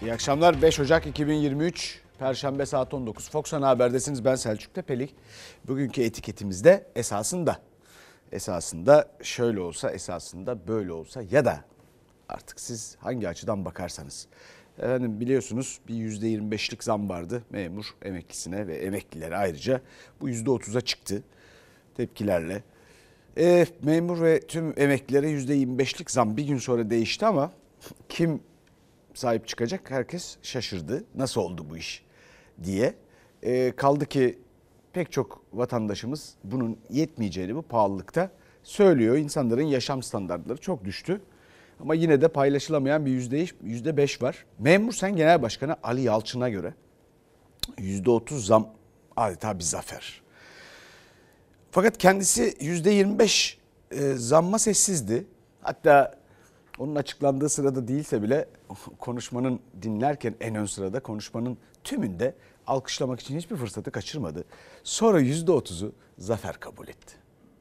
İyi akşamlar. 5 Ocak 2023 Perşembe saat 19. Fox Ana Haber'desiniz. Ben Selçuk Tepelik. Bugünkü etiketimizde esasında şöyle olsa, esasında böyle olsa ya da artık siz hangi açıdan bakarsanız. Efendim biliyorsunuz bir %25'lik zam vardı memur emeklisine ve emeklilere ayrıca. Bu %30'a çıktı tepkilerle. Memur ve tüm emeklilere %25'lik zam bir gün sonra değişti ama kim sahip çıkacak? Herkes şaşırdı. Nasıl oldu bu iş diye. Kaldı ki pek çok vatandaşımız bunun yetmeyeceğini bu pahalılıkta söylüyor. İnsanların yaşam standartları çok düştü. Ama yine de paylaşılamayan bir %5 var. Memur Sen Genel Başkanı Ali Yalçın'a göre %30 zam adeta bir zafer. Fakat kendisi %25 zamma sessizdi. Hatta onun açıklandığı sırada değilse bile konuşmanın dinlerken en ön sırada konuşmanın tümünde alkışlamak için hiçbir fırsatı kaçırmadı. Sonra %30'u zafer kabul etti.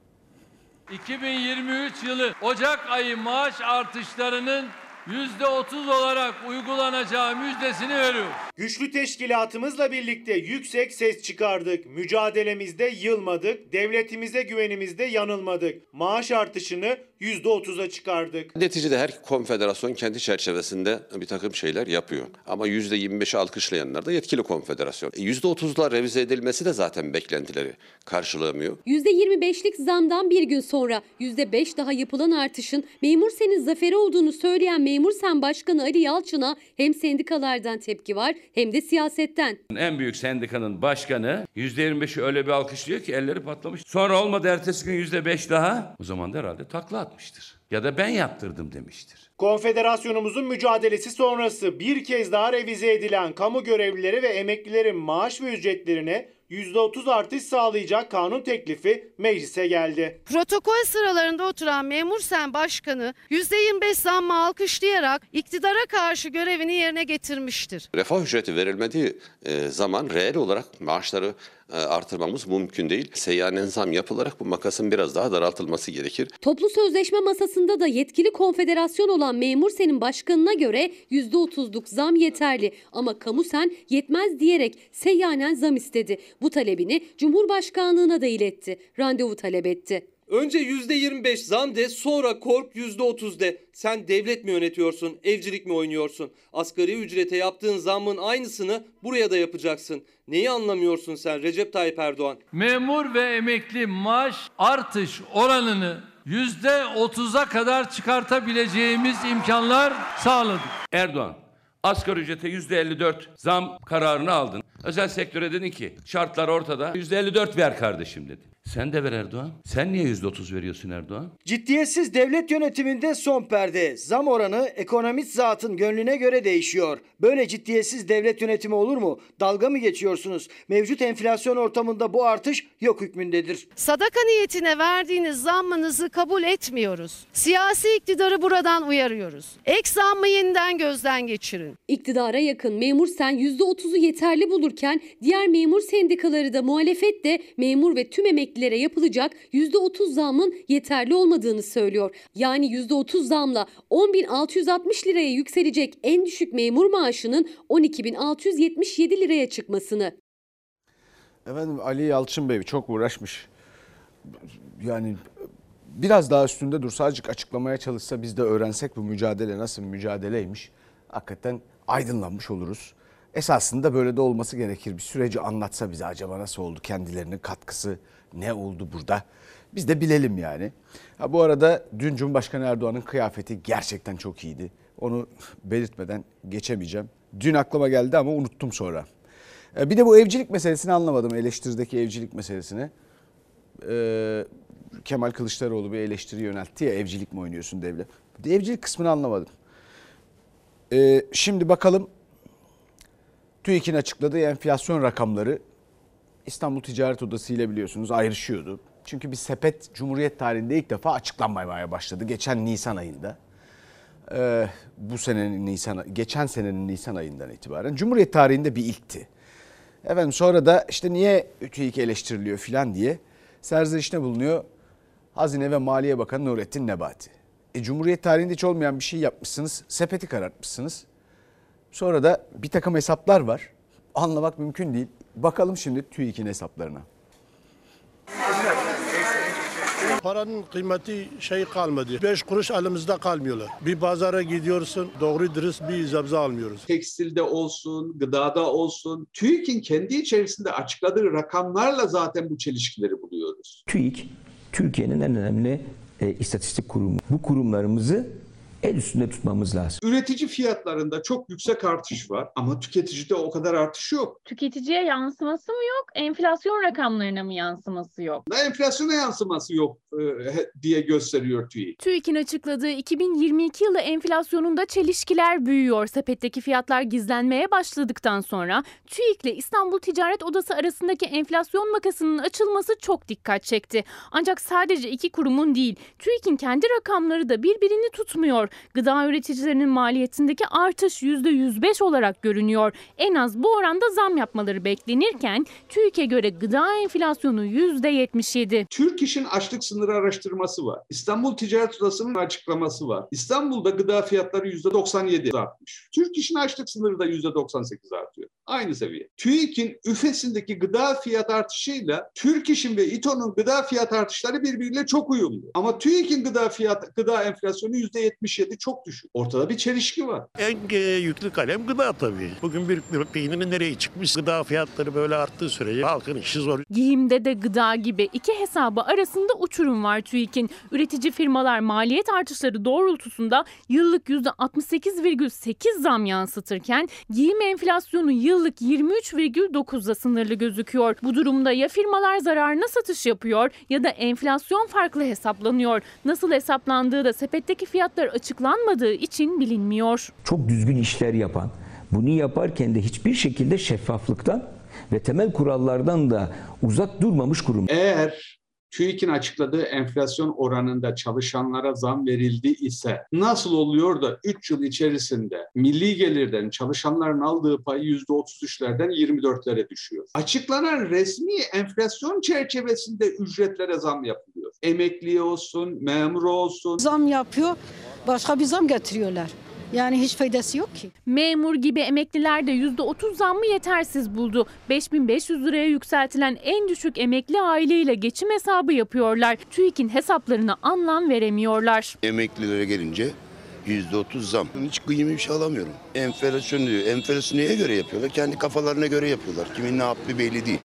2023 yılı Ocak ayı maaş artışlarının %30 olarak uygulanacağı müjdesini veriyoruz. Güçlü teşkilatımızla birlikte yüksek ses çıkardık. Mücadelemizde yılmadık. Devletimize güvenimizde yanılmadık. Maaş artışını %30'a çıkardık. Neticede her konfederasyon kendi çerçevesinde bir takım şeyler yapıyor. Ama %25'i alkışlayanlar da yetkili konfederasyon. %30'la revize edilmesi de zaten beklentileri karşılamıyor. %25'lik zamdan bir gün sonra %5 daha yapılan artışın Memur Sen'in zaferi olduğunu söyleyen Memur Sen Başkanı Ali Yalçın'a hem sendikalardan tepki var hem de siyasetten. En büyük sendikanın başkanı %25'i öyle bir alkışlıyor ki elleri patlamış. Sonra olmadı ertesi gün %5 daha. O zaman da herhalde takla atmıştır. Ya da ben yaptırdım demiştir. Konfederasyonumuzun mücadelesi sonrası bir kez daha revize edilen kamu görevlileri ve emeklilerin maaş ve ücretlerine %30 artış sağlayacak kanun teklifi meclise geldi. Protokol sıralarında oturan Memur Sen Başkanı %25 zammı alkışlayarak iktidara karşı görevini yerine getirmiştir. Refah ücreti verilmediği zaman reel olarak maaşları artırmamız mümkün değil. Seyyanen zam yapılarak bu makasın biraz daha daraltılması gerekir. Toplu sözleşme masasında da yetkili konfederasyon olan Memur Sen'in başkanına göre %30'luk zam yeterli ama Kamu Sen yetmez diyerek seyyanen zam istedi. Bu talebini Cumhurbaşkanlığına da iletti. Randevu talep etti. Önce %25 zam de, sonra kork %30 de. Sen devlet mi yönetiyorsun, evcilik mi oynuyorsun? Asgari ücrete yaptığın zammın aynısını buraya da yapacaksın. Neyi anlamıyorsun sen Recep Tayyip Erdoğan? Memur ve emekli maaş artış oranını %30'a kadar çıkartabileceğimiz imkanlar sağladık. Erdoğan, asgari ücrete %54 zam kararını aldın. Özel sektöre dedin ki şartlar ortada, %54 ver kardeşim dedi. Sen de ver Erdoğan. Sen niye %30 veriyorsun Erdoğan? Ciddiyetsiz devlet yönetiminde son perde. Zam oranı ekonomist zatın gönlüne göre değişiyor. Böyle ciddiyetsiz devlet yönetimi olur mu? Dalga mı geçiyorsunuz? Mevcut enflasyon ortamında bu artış yok hükmündedir. Sadaka niyetine verdiğiniz zammınızı kabul etmiyoruz. Siyasi iktidarı buradan uyarıyoruz. Ek zammı yeniden gözden geçirin. İktidara yakın Memur Sen %30'u yeterli bulurken diğer memur sendikaları da muhalefet de memur ve tüm emeklilere yapılacak %30 zamın yeterli olmadığını söylüyor. Yani %30 zamla 10.660 liraya yükselecek en düşük memur maaşının 12.677 liraya çıkmasını. Efendim Ali Yalçın Bey çok uğraşmış. Yani biraz daha üstünde dursa, azıcık açıklamaya çalışsa, biz de öğrensek bu mücadele nasıl bir mücadeleymiş. Hakikaten aydınlanmış oluruz. Esasında böyle de olması gerekir. Bir süreci anlatsa bize, acaba nasıl oldu, kendilerinin katkısı ne oldu burada? Biz de bilelim yani. Ha, bu arada dün Cumhurbaşkanı Erdoğan'ın kıyafeti gerçekten çok iyiydi. Onu belirtmeden geçemeyeceğim. Dün aklıma geldi ama unuttum sonra. Bir de bu evcilik meselesini anlamadım. Eleştirideki evcilik meselesini. Kemal Kılıçdaroğlu bir eleştiri yöneltti ya, evcilik mi oynuyorsun devlet? Evcilik kısmını anlamadım. Şimdi bakalım. TÜİK'in açıkladığı enflasyon rakamları İstanbul Ticaret Odası ile biliyorsunuz ayrışıyordu. Çünkü bir sepet Cumhuriyet tarihinde ilk defa açıklanmaya başladı. Geçen Nisan ayında. Geçen senenin Nisan ayından itibaren Cumhuriyet tarihinde bir ilkti. Efendim sonra da işte niye TÜİK eleştiriliyor filan diye serzenişte bulunuyor Hazine ve Maliye Bakanı Nurettin Nebati. Cumhuriyet tarihinde hiç olmayan bir şey yapmışsınız. Sepeti karartmışsınız. Sonra da bir takım hesaplar var. Anlamak mümkün değil. Bakalım şimdi TÜİK'in hesaplarına. Paranın kıymeti kalmadı. 5 kuruş elimizde kalmıyorlar. Bir pazara gidiyorsun, doğru dürüst bir zebze almıyoruz. Tekstilde olsun, gıdada olsun, TÜİK'in kendi içerisinde açıkladığı rakamlarla zaten bu çelişkileri buluyoruz. TÜİK, Türkiye'nin en önemli istatistik kurumu. Bu kurumlarımızı el üstünde tutmamız lazım. Üretici fiyatlarında çok yüksek artış var ama tüketicide o kadar artış yok. Tüketiciye yansıması mı yok, enflasyon rakamlarına mı yansıması yok? Enflasyona yansıması yok diye gösteriyor TÜİK. TÜİK'in açıkladığı 2022 yılı enflasyonunda çelişkiler büyüyor. Sepetteki fiyatlar gizlenmeye başladıktan sonra TÜİK ile İstanbul Ticaret Odası arasındaki enflasyon makasının açılması çok dikkat çekti. Ancak sadece iki kurumun değil, TÜİK'in kendi rakamları da birbirini tutmuyor. Gıda üreticilerinin maliyetindeki artış %105 olarak görünüyor. En az bu oranda zam yapmaları beklenirken TÜİK'e göre gıda enflasyonu %77. Türk İş'in açlık sınırı araştırması var. İstanbul Ticaret Odası'nın açıklaması var. İstanbul'da gıda fiyatları %97 artmış. Türk İş'in açlık sınırı da %98 artıyor. Aynı seviye. TÜİK'in üfesindeki gıda fiyat artışıyla Türk İş'in ve İTO'nun gıda fiyat artışları birbiriyle çok uyumlu. Ama TÜİK'in gıda enflasyonu %77 çok düşük. Ortada bir çelişki var. En yüklü kalem gıda tabii. Bugün bir peynirin nereye çıkmış? Gıda fiyatları böyle arttığı sürece halkın işi zor. Giyimde de gıda gibi iki hesabı arasında uçurum var TÜİK'in. Üretici firmalar maliyet artışları doğrultusunda yıllık %68,8 zam yansıtırken giyim enflasyonu yıllık 23,9'la sınırlı gözüküyor. Bu durumda ya firmalar zararına satış yapıyor ya da enflasyon farklı hesaplanıyor. Nasıl hesaplandığı da sepetteki fiyatlar açıklanmadığı için bilinmiyor. Çok düzgün işler yapan, bunu yaparken de hiçbir şekilde şeffaflıktan ve temel kurallardan da uzak durmamış kurum. Eğer TÜİK'in açıkladığı enflasyon oranında çalışanlara zam verildi ise nasıl oluyor da 3 yıl içerisinde milli gelirden çalışanların aldığı pay %33'lerden 24'lere düşüyor? Açıklanan resmi enflasyon çerçevesinde ücretlere zam yapılıyor. Emekliye olsun, memur olsun. Zam yapıyor, başka bir zam getiriyorlar. Yani hiç faydası yok ki. Memur gibi emekliler de %30 zammı yetersiz buldu. 5.500 liraya yükseltilen en düşük emekli aileyle geçim hesabı yapıyorlar. TÜİK'in hesaplarına anlam veremiyorlar. Emeklilere gelince %30 zam. Hiç kıyımlı bir şey alamıyorum. Enflasyon diyor. Enflasyonu neye göre yapıyorlar? Kendi kafalarına göre yapıyorlar. Kimin ne yaptığı belli değil.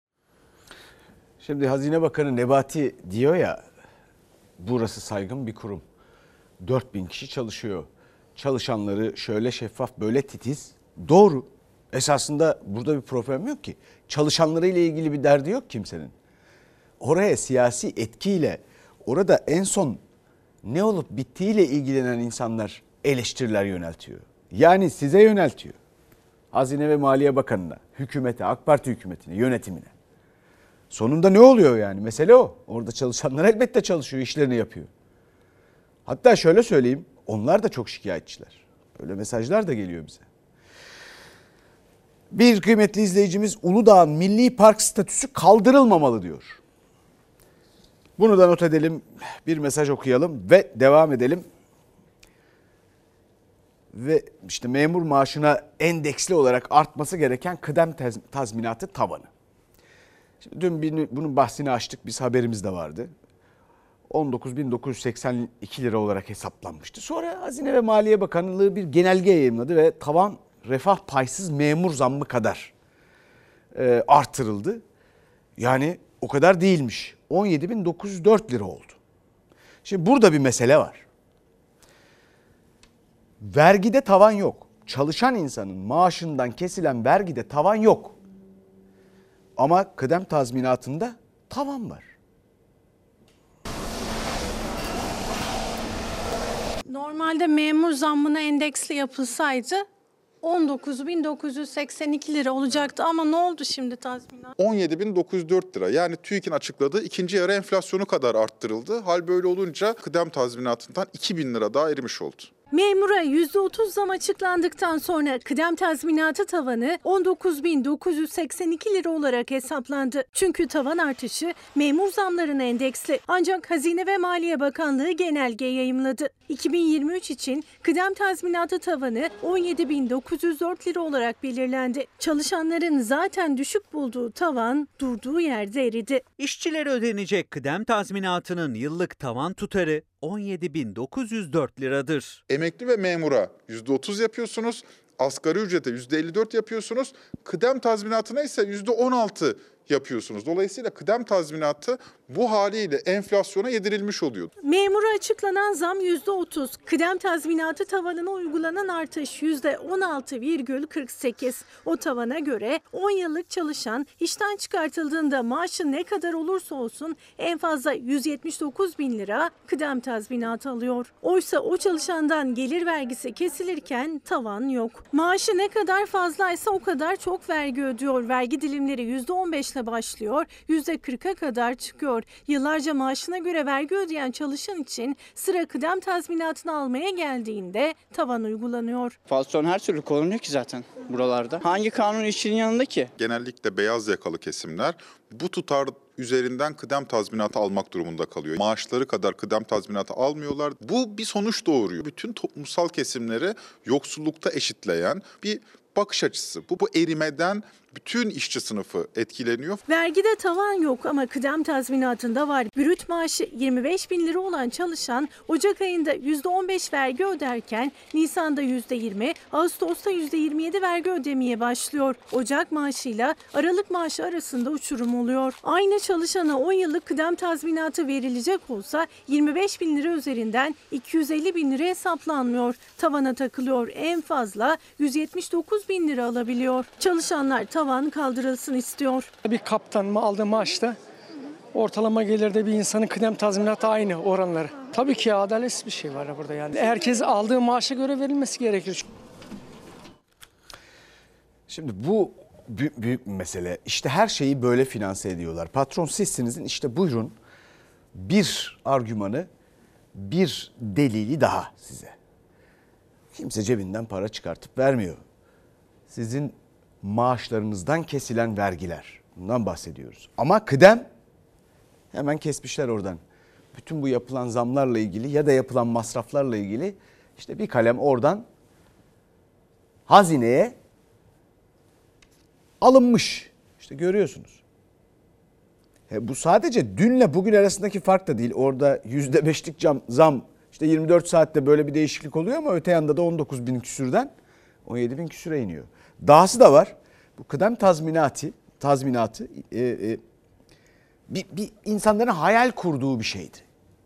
Şimdi Hazine Bakanı Nebati diyor ya, burası saygın bir kurum. 4000 kişi çalışıyor. Çalışanları şöyle şeffaf, böyle titiz. Doğru. Esasında burada bir problem yok ki. Çalışanlarıyla ilgili bir derdi yok kimsenin. Oraya siyasi etkiyle, orada en son ne olup bittiğiyle ilgilenen insanlar eleştiriler yöneltiyor. Yani size yöneltiyor. Hazine ve Maliye Bakanı'na, hükümete, AK Parti hükümetine, yönetimine. Sonunda ne oluyor yani? Mesele o. Orada çalışanlar elbette çalışıyor, işlerini yapıyor. Hatta şöyle söyleyeyim, onlar da çok şikayetçiler. Öyle mesajlar da geliyor bize. Bir kıymetli izleyicimiz Uludağ'ın milli park statüsü kaldırılmamalı diyor. Bunu da not edelim, bir mesaj okuyalım ve devam edelim. Ve işte memur maaşına endeksli olarak artması gereken kıdem tazminatı tavanı. Şimdi dün bunun bahsini açtık, biz haberimiz de vardı. 19.982 lira olarak hesaplanmıştı. Sonra Hazine ve Maliye Bakanlığı bir genelge yayımladı ve tavan refah paysız memur zammı kadar artırıldı. Yani o kadar değilmiş. 17.904 lira oldu. Şimdi burada bir mesele var. Vergide tavan yok. Çalışan insanın maaşından kesilen vergide tavan yok. Ama kıdem tazminatında tavan var. Normalde memur zammına endeksli yapılsaydı 19.982 lira olacaktı ama ne oldu şimdi tazminat? 17.904 lira. Yani TÜİK'in açıkladığı ikinci yarı enflasyonu kadar arttırıldı. Hal böyle olunca kıdem tazminatından 2.000 lira daha erimiş oldu. Memura %30 zam açıklandıktan sonra kıdem tazminatı tavanı 19.982 lira olarak hesaplandı. Çünkü tavan artışı memur zamlarına endeksli. Ancak Hazine ve Maliye Bakanlığı genelge yayımladı. 2023 için kıdem tazminatı tavanı 17.904 lira olarak belirlendi. Çalışanların zaten düşük bulduğu tavan durduğu yerde eridi. İşçilere ödenecek kıdem tazminatının yıllık tavan tutarı 17.904 liradır. Emekli ve memura %30 yapıyorsunuz. Asgari ücrete %54 yapıyorsunuz. Kıdem tazminatına ise %16 yapıyorsunuz. Dolayısıyla kıdem tazminatı bu haliyle enflasyona yedirilmiş oluyor. Memura açıklanan zam %30. Kıdem tazminatı tavanına uygulanan artış %16,48. O tavana göre 10 yıllık çalışan işten çıkartıldığında maaşı ne kadar olursa olsun en fazla 179 bin lira kıdem tazminatı alıyor. Oysa o çalışandan gelir vergisi kesilirken tavan yok. Maaşı ne kadar fazlaysa o kadar çok vergi ödüyor. Vergi dilimleri %15 ile başlıyor, %40'a kadar çıkıyor. Yıllarca maaşına göre vergi ödeyen çalışan için sıra kıdem tazminatını almaya geldiğinde tavan uygulanıyor. Enflasyon her türlü korunuyor ki zaten buralarda. Hangi kanun işçinin yanında ki? Genellikle beyaz yakalı kesimler bu tutar üzerinden kıdem tazminatı almak durumunda kalıyor. Maaşları kadar kıdem tazminatı almıyorlar. Bu bir sonuç doğuruyor. Bütün toplumsal kesimleri yoksullukta eşitleyen bir bakış açısı. Bu erimeden bütün işçi sınıfı etkileniyor. Vergide tavan yok ama kıdem tazminatında var. Brüt maaşı 25 bin lira olan çalışan Ocak ayında %15 vergi öderken Nisan'da %20, Ağustos'ta %27 vergi ödemeye başlıyor. Ocak maaşıyla Aralık maaşı arasında uçurum oluyor. Aynı çalışana 10 yıllık kıdem tazminatı verilecek olsa 25 bin lira üzerinden 250 bin lira hesaplanmıyor. Tavana takılıyor, en fazla 179 bin lira alabiliyor. Çalışanlar tavan kaldırılsın istiyor. Bir kaptanın aldığı maaşta ortalama gelirde bir insanın kıdem tazminatı aynı oranları. Tabii ki adaletsiz bir şey var burada yani. Herkes aldığı maaşa göre verilmesi gerekir. Şimdi bu büyük bir mesele. İşte her şeyi böyle finanse ediyorlar. Patron sizsinizin, işte buyurun bir argümanı, bir delili daha size. Kimse cebinden para çıkartıp vermiyor. Sizin maaşlarınızdan kesilen vergiler. Bundan bahsediyoruz. Ama kıdem hemen kesmişler oradan. Bütün bu yapılan zamlarla ilgili ya da yapılan masraflarla ilgili işte bir kalem oradan hazineye alınmış. İşte görüyorsunuz. Bu sadece dünle bugün arasındaki fark da değil. Orada %5'lik zam, işte 24 saatte böyle bir değişiklik oluyor ama öte yanda da 19 bin küsürden 17 bin küsüre iniyor. Dahası da var. Bu kıdem tazminatı bir insanların hayal kurduğu bir şeydi.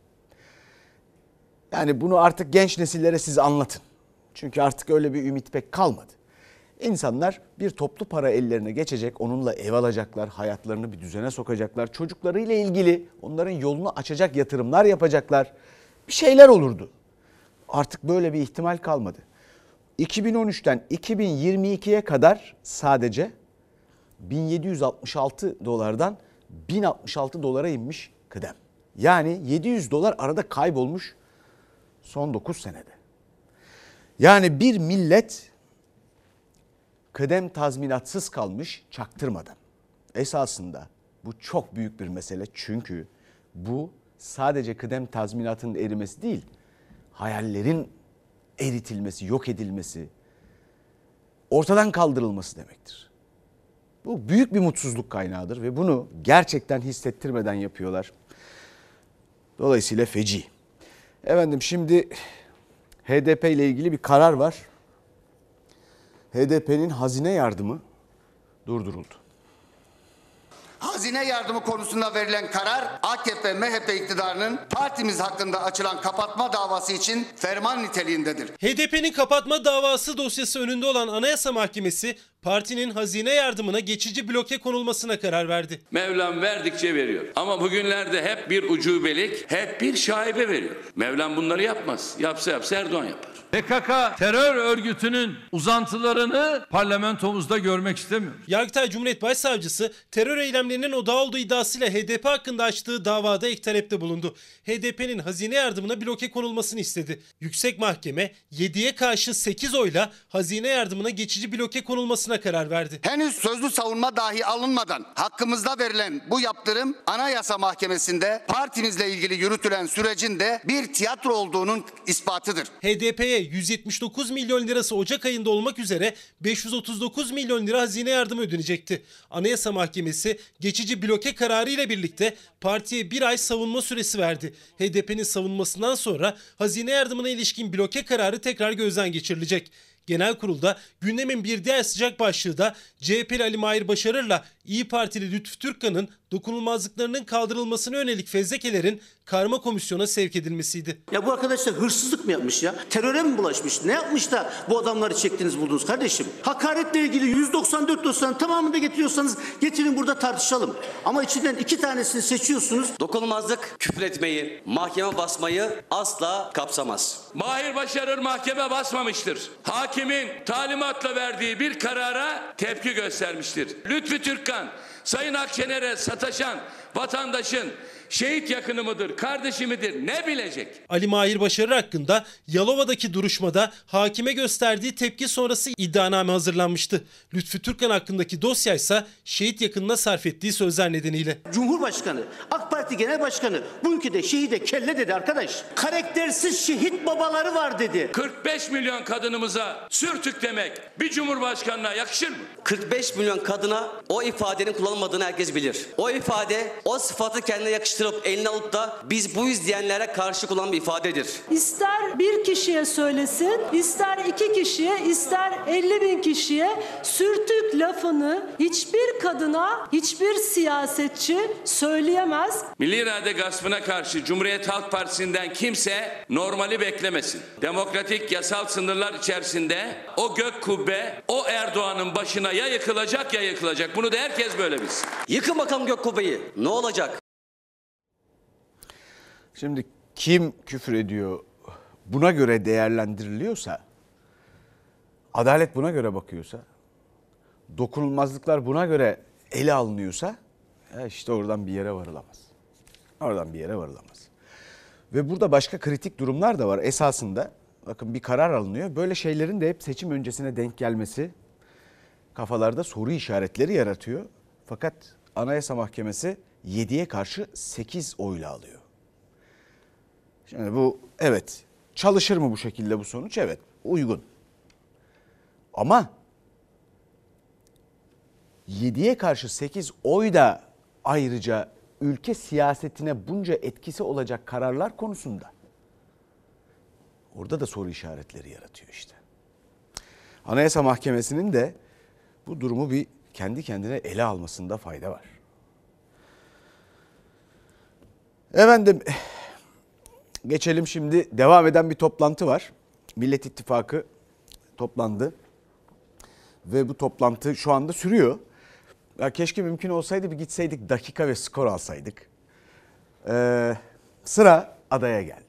Yani bunu artık genç nesillere siz anlatın. Çünkü artık öyle bir ümit pek kalmadı. İnsanlar bir toplu para ellerine geçecek, onunla ev alacaklar, hayatlarını bir düzene sokacaklar. Çocuklarıyla ilgili onların yolunu açacak yatırımlar yapacaklar. Bir şeyler olurdu. Artık böyle bir ihtimal kalmadı. 2013'ten 2022'ye kadar sadece 1766 dolardan 1066 dolara inmiş kıdem. Yani 700 dolar arada kaybolmuş son 9 senede. Yani bir millet kıdem tazminatsız kalmış çaktırmadan. Esasında bu çok büyük bir mesele, çünkü bu sadece kıdem tazminatının erimesi değil, hayallerin eritilmesi, yok edilmesi, ortadan kaldırılması demektir. Bu büyük bir mutsuzluk kaynağıdır ve bunu gerçekten hissettirmeden yapıyorlar. Dolayısıyla feci. Efendim şimdi HDP ile ilgili bir karar var. HDP'nin hazine yardımı durduruldu. Hazine yardımı konusunda verilen karar AKP-MHP iktidarının partimiz hakkında açılan kapatma davası için ferman niteliğindedir. HDP'nin kapatma davası dosyası önünde olan Anayasa Mahkemesi partinin hazine yardımına geçici bloke konulmasına karar verdi. Mevlam verdikçe veriyor. Ama bugünlerde hep bir ucubelik, hep bir şaibe veriyor. Mevlam bunları yapmaz. Yapsa Erdoğan yapar. PKK terör örgütünün uzantılarını parlamentomuzda görmek istemiyor. Yargıtay Cumhuriyet Başsavcısı terör eylemlerinin odağı olduğu iddiasıyla HDP hakkında açtığı davada ek talepte bulundu. HDP'nin hazine yardımına bloke konulmasını istedi. Yüksek Mahkeme 7'ye karşı 8 oyla hazine yardımına geçici bloke konulmasına karar verdi. Henüz sözlü savunma dahi alınmadan hakkımızda verilen bu yaptırım Anayasa Mahkemesi'nde partimizle ilgili yürütülen sürecin de bir tiyatro olduğunun ispatıdır. HDP'ye 179 milyon lirası Ocak ayında olmak üzere 539 milyon lira hazine yardımı ödenecekti. Anayasa Mahkemesi geçici bloke kararı ile birlikte partiye bir ay savunma süresi verdi. HDP'nin savunmasından sonra hazine yardımına ilişkin bloke kararı tekrar gözden geçirilecek. Genel kurulda gündemin bir diğer sıcak başlığı da CHP'li Ali Mahir Başarır'la İYİ Partili Lütfü Türkkan'ın dokunulmazlıklarının kaldırılmasına yönelik fezlekelerin karma komisyona sevk edilmesiydi. Ya bu arkadaşlar hırsızlık mı yapmış ya? Teröre mi bulaşmış? Ne yapmış da bu adamları çektiniz buldunuz kardeşim? Hakaretle ilgili 194 dosyanın tamamını da getiriyorsanız getirin burada tartışalım. Ama içinden 2 tanesini seçiyorsunuz. Dokunulmazlık küfür etmeyi, mahkeme basmayı asla kapsamaz. Mahir Başarır mahkeme basmamıştır. Hakimin talimatla verdiği bir karara tepki göstermiştir. Lütfü Türkkan, Sayın Akşener'e sataşan vatandaşın şehit yakını mıdır, kardeşi midir ne bilecek? Ali Mahir Başarır hakkında Yalova'daki duruşmada hakime gösterdiği tepki sonrası iddianame hazırlanmıştı. Lütfü Türkkan hakkındaki dosya ise şehit yakınına sarf ettiği sözler nedeniyle. Cumhurbaşkanı, AK Parti Genel Başkanı bu ülkede şehide kelle dedi arkadaş. Karaktersiz şehit babaları var dedi. 45 milyon kadınımıza sürtük demek bir cumhurbaşkanına yakışır mı? 45 milyon kadına o ifadenin kullanılmadığını herkes bilir. O ifade, o sıfatı kendine yakıştırıp eline alıp da biz buyuz diyenlere karşı kullanılan bir ifadedir. İster bir kişiye söylesin, ister 2 kişiye, ister 50.000 kişiye sürtük lafını hiçbir kadına, hiçbir siyasetçi söyleyemez. Milli irade gaspına karşı Cumhuriyet Halk Partisi'nden kimse normali beklemesin. Demokratik yasal sınırlar içerisinde o gök kubbe o Erdoğan'ın başına ya yıkılacak ya yıkılacak. Bunu da herkes böyle bilsin. Yıkın bakalım gök kubbeyi. Ne olacak? Şimdi kim küfür ediyor buna göre değerlendiriliyorsa, adalet buna göre bakıyorsa, dokunulmazlıklar buna göre ele alınıyorsa işte oradan bir yere varılamaz. Oradan bir yere varılamaz. Ve burada başka kritik durumlar da var. Esasında bakın bir karar alınıyor. Böyle şeylerin de hep seçim öncesine denk gelmesi kafalarda soru işaretleri yaratıyor. Fakat Anayasa Mahkemesi 7'ye karşı 8 oyla alıyor. Şimdi bu evet çalışır mı bu şekilde bu sonuç? Evet uygun. Ama 7'ye karşı 8 oy da ayrıca ülke siyasetine bunca etkisi olacak kararlar konusunda orada da soru işaretleri yaratıyor işte. Anayasa Mahkemesi'nin de bu durumu bir kendi kendine ele almasında fayda var. Efendim geçelim şimdi, devam eden bir toplantı var. Millet İttifakı toplandı ve bu toplantı şu anda sürüyor. Ya keşke mümkün olsaydı bir gitseydik, dakika ve skor alsaydık. Sıra adaya geldi.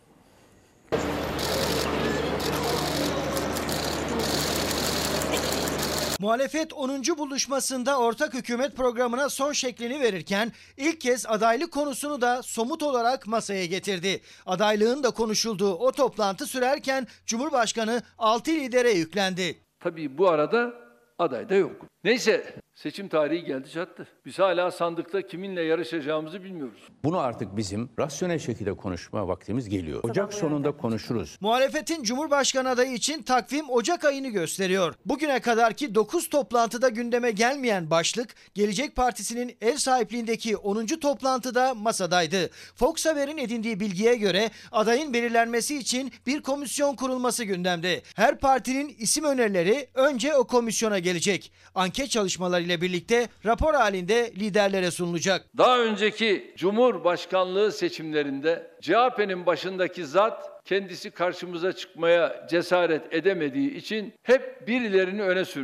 Muhalefet 10. buluşmasında ortak hükümet programına son şeklini verirken ilk kez adaylık konusunu da somut olarak masaya getirdi. Adaylığın da konuşulduğu o toplantı sürerken Cumhurbaşkanı 6 lidere yüklendi. Tabii bu arada aday da yok. Neyse, seçim tarihi geldi çattı. Biz hala sandıkta kiminle yarışacağımızı bilmiyoruz. Bunu artık bizim rasyonel şekilde konuşma vaktimiz geliyor. Ocak sonunda konuşuruz. Muhalefetin Cumhurbaşkanı adayı için takvim Ocak ayını gösteriyor. Bugüne kadarki 9 toplantıda gündeme gelmeyen başlık, Gelecek Partisi'nin ev sahipliğindeki 10. toplantıda masadaydı. Fox Haber'in edindiği bilgiye göre adayın belirlenmesi için bir komisyon kurulması gündemde. Her partinin isim önerileri önce o komisyona gelecek. Anket çalışmalarıyla birlikte rapor halinde liderlere sunulacak. Daha önceki Cumhurbaşkanlığı seçimlerinde CHP'nin başındaki zat kendisi karşımıza çıkmaya cesaret edemediği için hep birilerini öne sürmüştü.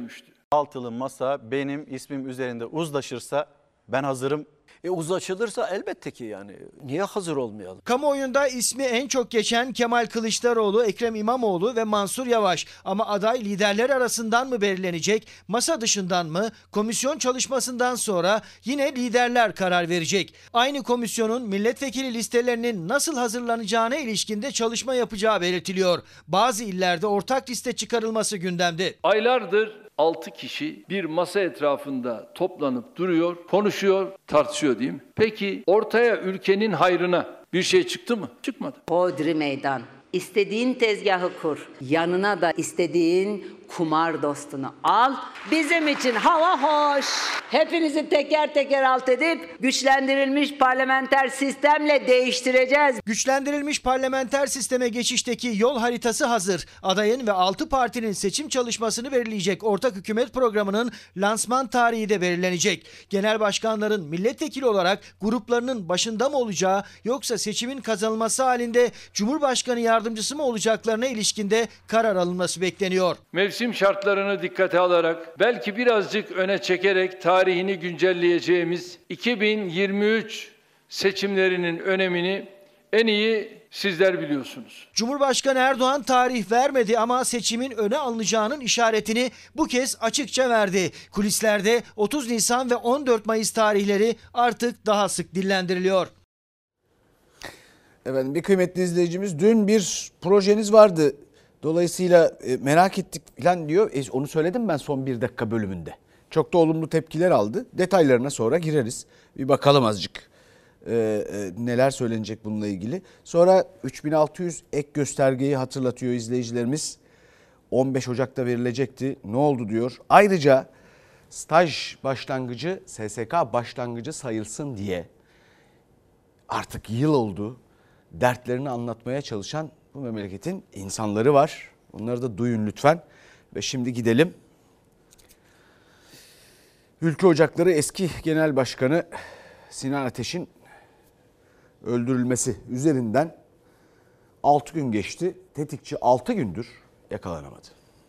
Altılı masa benim ismim üzerinde uzlaşırsa ben hazırım. Uzlaşılırsa elbette ki yani niye hazır olmayalım? Kamuoyunda ismi en çok geçen Kemal Kılıçdaroğlu, Ekrem İmamoğlu ve Mansur Yavaş. Ama aday liderler arasından mı belirlenecek, masa dışından mı? Komisyon çalışmasından sonra yine liderler karar verecek. Aynı komisyonun milletvekili listelerinin nasıl hazırlanacağına ilişkinde çalışma yapacağı belirtiliyor. Bazı illerde ortak liste çıkarılması gündemde. Aylardır 6 kişi bir masa etrafında toplanıp duruyor, konuşuyor, tartışıyor diyeyim. Peki ortaya ülkenin hayrına bir şey çıktı mı? Çıkmadı. Hodri meydan. İstediğin tezgahı kur. Yanına da istediğin kumar dostunu al. Bizim için hava hoş. Hepinizi teker teker alt edip güçlendirilmiş parlamenter sistemle değiştireceğiz. Güçlendirilmiş parlamenter sisteme geçişteki yol haritası hazır. Adayın ve 6 partinin seçim çalışmasını belirleyecek ortak hükümet programının lansman tarihi de belirlenecek. Genel başkanların milletvekili olarak gruplarının başında mı olacağı yoksa seçimin kazanılması halinde Cumhurbaşkanı yardımcısı mı olacaklarına ilişkinde karar alınması bekleniyor. Mevsim şartlarını dikkate alarak belki birazcık öne çekerek tarihini güncelleyeceğimiz 2023 seçimlerinin önemini en iyi sizler biliyorsunuz. Cumhurbaşkanı Erdoğan tarih vermedi ama seçimin öne alınacağının işaretini bu kez açıkça verdi. Kulislerde 30 Nisan ve 14 Mayıs tarihleri artık daha sık dillendiriliyor. Efendim bir kıymetli izleyicimiz dün bir projeniz vardı. Dolayısıyla merak ettik falan diyor. Onu söyledim ben son 1 dakika bölümünde. Çok da olumlu tepkiler aldı. Detaylarına sonra gireriz. Bir bakalım azıcık neler söylenecek bununla ilgili. Sonra 3600 ek göstergeyi hatırlatıyor izleyicilerimiz. 15 Ocak'ta verilecekti. Ne oldu diyor. Ayrıca staj başlangıcı SSK başlangıcı sayılsın diye artık yıl oldu. Dertlerini anlatmaya çalışan bu memleketin insanları var. Onları da duyun lütfen. Ve şimdi gidelim. Ülke Ocakları eski Genel Başkanı Sinan Ateş'in öldürülmesi üzerinden 6 gün geçti. Tetikçi 6 gündür yakalanamadı.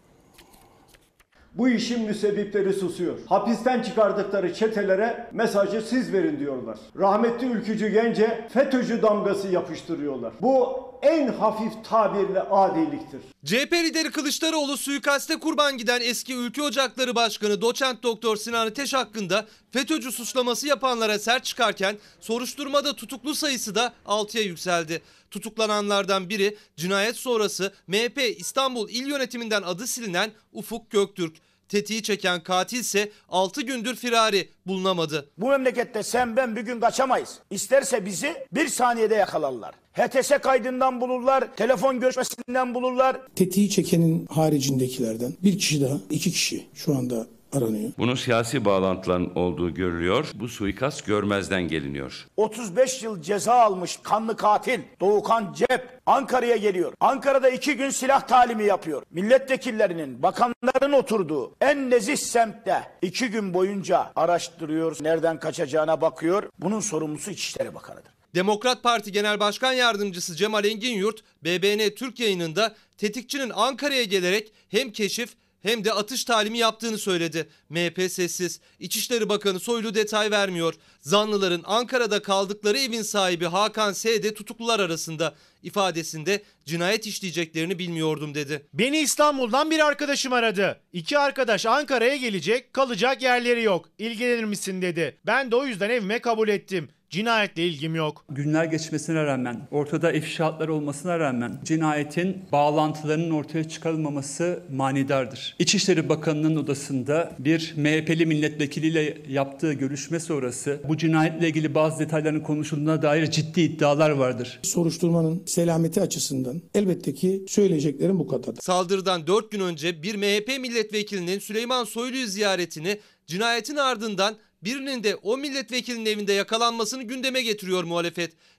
Bu işin müsebbipleri susuyor. Hapisten çıkardıkları çetelere mesajı siz verin diyorlar. Rahmetli Ülkücü Gence FETÖ'cü damgası yapıştırıyorlar. Bu en hafif tabirle adiliktir. CHP lideri Kılıçdaroğlu suikaste kurban giden eski Ülke Ocakları Başkanı Doçent Doktor Sinan Ateş hakkında FETÖ'cü suçlaması yapanlara sert çıkarken soruşturmada tutuklu sayısı da 6'ya yükseldi. Tutuklananlardan biri cinayet sonrası MHP İstanbul İl Yönetiminden adı silinen Ufuk Göktürk. Tetiği çeken katil ise 6 gündür firari, bulunamadı. Bu memlekette sen ben bir gün kaçamayız. İsterse bizi bir saniyede yakalarlar. HTS kaydından bulurlar, telefon görüşmesinden bulurlar. Tetiği çekenin haricindekilerden bir kişi daha, 2 kişi şu anda aranıyor. Bunun siyasi bağlantıların olduğu görülüyor. Bu suikast görmezden geliniyor. 35 yıl ceza almış kanlı katil Doğukan Cep Ankara'ya geliyor. Ankara'da 2 gün silah talimi yapıyor. Milletvekillerinin, bakanların oturduğu en nezih semtte 2 gün boyunca araştırıyor. Nereden kaçacağına bakıyor. Bunun sorumlusu İçişleri Bakanı'dır. Demokrat Parti Genel Başkan Yardımcısı Cemal Enginyurt, BBN Türk yayınında tetikçinin Ankara'ya gelerek hem keşif hem de atış talimi yaptığını söyledi. MHP sessiz. İçişleri Bakanı Soylu detay vermiyor. Zanlıların Ankara'da kaldıkları evin sahibi Hakan S. de tutuklular arasında. İfadesinde cinayet işleyeceklerini bilmiyordum dedi. Beni İstanbul'dan bir arkadaşım aradı. 2 arkadaş Ankara'ya gelecek, kalacak yerleri yok. İlgilenir misin dedi. Ben de o yüzden evime kabul ettim. Cinayetle ilgim yok. Günler geçmesine rağmen, ortada ifşaatlar olmasına rağmen cinayetin bağlantılarının ortaya çıkarılmaması manidardır. İçişleri Bakanı'nın odasında bir MHP'li milletvekiliyle yaptığı görüşme sonrası bu cinayetle ilgili bazı detayların konuşulduğuna dair ciddi iddialar vardır. Soruşturmanın selameti açısından elbette ki söyleyeceklerim bu kadar. Saldırıdan 4 gün önce bir MHP milletvekilinin Süleyman Soylu'yu ziyaretini, cinayetin ardından birinin de o milletvekilinin evinde yakalanmasını gündeme getiriyor muhalefet.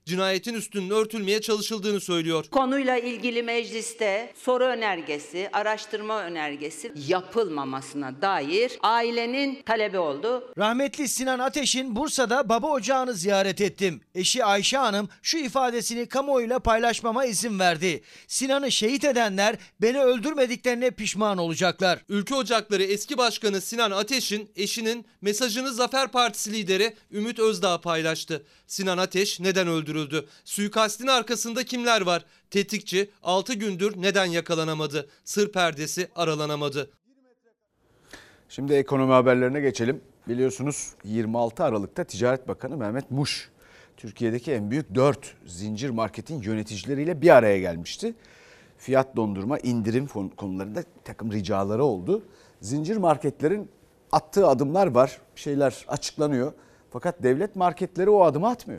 cinayetin üstünün örtülmeye çalışıldığını söylüyor. Konuyla ilgili mecliste soru önergesi, araştırma önergesi yapılmamasına dair ailenin talebi oldu. Rahmetli Sinan Ateş'in Bursa'da baba ocağını ziyaret ettim. Eşi Ayşe Hanım şu ifadesini kamuoyuyla paylaşmama izin verdi. Sinan'ı şehit edenler beni öldürmediklerine pişman olacaklar. Ülke Ocakları eski başkanı Sinan Ateş'in eşinin mesajını Zafer Partisi lideri Ümit Özdağ paylaştı. Sinan Ateş neden öldürüldü? Suikastin arkasında kimler var? Tetikçi 6 gündür neden yakalanamadı? Sır perdesi aralanamadı. Şimdi ekonomi haberlerine geçelim. Biliyorsunuz 26 Aralık'ta Ticaret Bakanı Mehmet Muş Türkiye'deki en büyük 4 zincir marketin yöneticileriyle bir araya gelmişti. Fiyat dondurma, indirim konularında bir takım ricaları oldu. Zincir marketlerin attığı adımlar var, şeyler açıklanıyor. Fakat devlet marketleri o adımı atmıyor.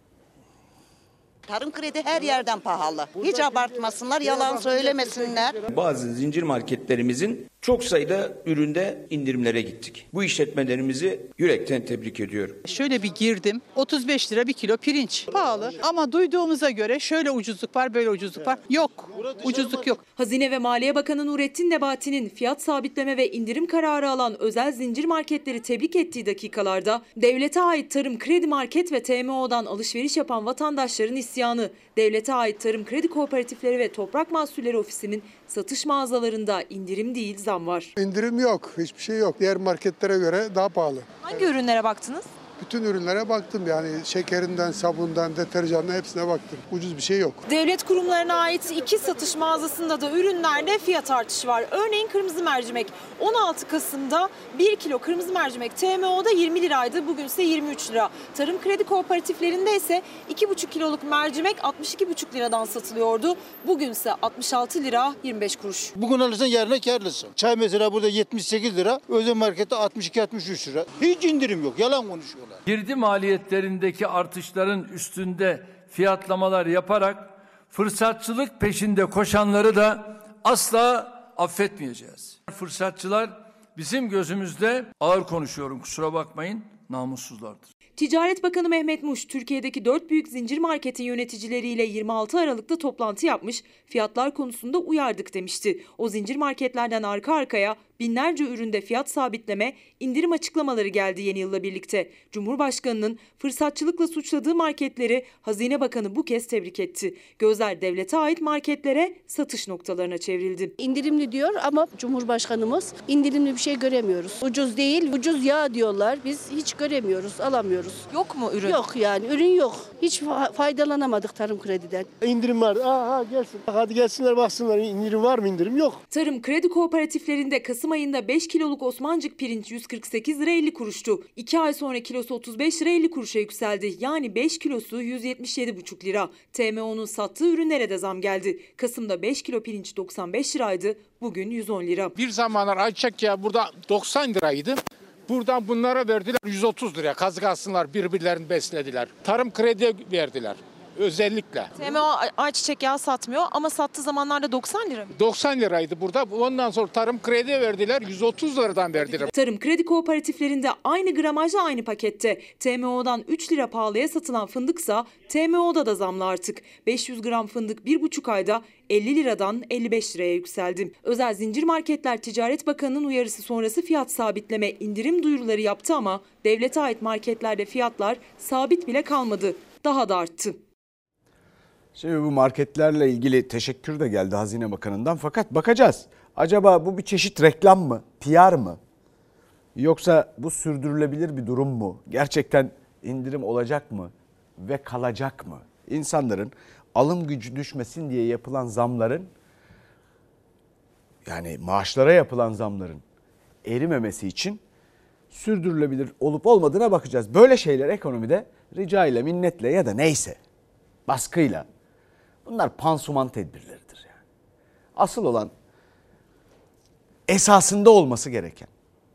Tarım kredi her yerden pahalı. Hiç abartmasınlar, yalan söylemesinler. Bazı zincir marketlerimizin çok sayıda üründe indirimlere gittik. Bu işletmelerimizi yürekten tebrik ediyorum. Şöyle bir girdim. 35 lira bir kilo pirinç. Pahalı ama duyduğumuza göre şöyle ucuzluk var, böyle ucuzluk var. Yok. Ucuzluk yok. Hazine ve Maliye Bakanı Nurettin Nebati'nin fiyat sabitleme ve indirim kararı alan özel zincir marketleri tebrik ettiği dakikalarda devlete ait Tarım Kredi Market ve TMO'dan alışveriş yapan vatandaşların isyanı. Devlete ait Tarım Kredi Kooperatifleri ve Toprak Mahsulleri Ofisi'nin satış mağazalarında indirim değil zam var. İndirim yok, hiçbir şey yok. Diğer marketlere göre daha pahalı. Hangi ürünlere baktınız? Bütün ürünlere baktım, yani şekerinden, sabundan, deterjandan hepsine baktım. Ucuz bir şey yok. Devlet kurumlarına ait 2 satış mağazasında da ürünlerde fiyat artışı var. Örneğin kırmızı mercimek 16 Kasım'da 1 kilo kırmızı mercimek TMO'da 20 liraydı. Bugün ise 23 lira. Tarım Kredi Kooperatiflerinde ise 2,5 kiloluk mercimek 62,5 liradan satılıyordu. Bugün ise 66 lira 25 kuruş. Bugün alırsan yarına kârlısın. Çay mesela burada 78 lira, özel markette 62-63 lira. Hiç indirim yok, yalan konuşuyor. Girdi maliyetlerindeki artışların üstünde fiyatlamalar yaparak fırsatçılık peşinde koşanları da asla affetmeyeceğiz. Fırsatçılar bizim gözümüzde, ağır konuşuyorum kusura bakmayın, namussuzlardır. Ticaret Bakanı Mehmet Muş, Türkiye'deki 4 büyük zincir marketin yöneticileriyle 26 Aralık'ta toplantı yapmış, fiyatlar konusunda uyardık demişti. O zincir marketlerden arka arkaya binlerce üründe fiyat sabitleme, indirim açıklamaları geldi yeni yılla birlikte. Cumhurbaşkanının fırsatçılıkla suçladığı marketleri Hazine Bakanı bu kez tebrik etti. Gözler devlete ait marketlere, satış noktalarına çevrildi. İndirimli diyor ama Cumhurbaşkanımız indirimli bir şey göremiyoruz. Ucuz değil, ucuz yağ diyorlar. Biz hiç göremiyoruz, alamıyoruz. Yok mu ürün? Yok yani, ürün yok. Hiç faydalanamadık tarım krediden. İndirim var. Aha gelsin. Hadi gelsinler baksınlar. İndirim var mı? İndirim yok. Tarım Kredi Kooperatiflerinde Kasım ayında 5 kiloluk Osmancık pirinç 148 lira 50 kuruştu. 2 ay sonra kilosu 35 lira 50 kuruşa yükseldi. Yani 5 kilosu 177,5 lira. TMO'nun sattığı ürünlere de zam geldi. Kasım'da 5 kilo pirinç 95 liraydı. Bugün 110 lira. Bir zamanlar ayçiçek yağı burada 90 liraydı. Buradan bunlara verdiler 130 liraya. Kazık alsınlar, birbirlerini beslediler. Tarım kredi verdiler. Özellikle. TMO ayçiçek yağı satmıyor ama sattığı zamanlarda 90 lira mı? 90 liraydı burada. Ondan sonra tarım kredi verdiler. 130 liradan verdiler. Tarım Kredi Kooperatiflerinde aynı gramajla aynı pakette. TMO'dan 3 lira pahalıya satılan fındıksa TMO'da da zamlı artık. 500 gram fındık 1,5 ayda 50 liradan 55 liraya yükseldi. Özel zincir marketler Ticaret Bakanı'nın uyarısı sonrası fiyat sabitleme, indirim duyuruları yaptı ama devlete ait marketlerde fiyatlar sabit bile kalmadı. Daha da arttı. Şimdi bu marketlerle ilgili teşekkür de geldi Hazine Bakanı'ndan, fakat bakacağız. Acaba bu bir çeşit reklam mı, PR mı? Yoksa bu sürdürülebilir bir durum mu? Gerçekten indirim olacak mı ve kalacak mı? İnsanların alım gücü düşmesin diye yapılan zamların, yani maaşlara yapılan zamların erimemesi için sürdürülebilir olup olmadığına bakacağız. Böyle şeyler ekonomide rica ile, minnetle ya da neyse baskıyla, bunlar pansuman tedbirleridir yani. Asıl olan esasında olması gereken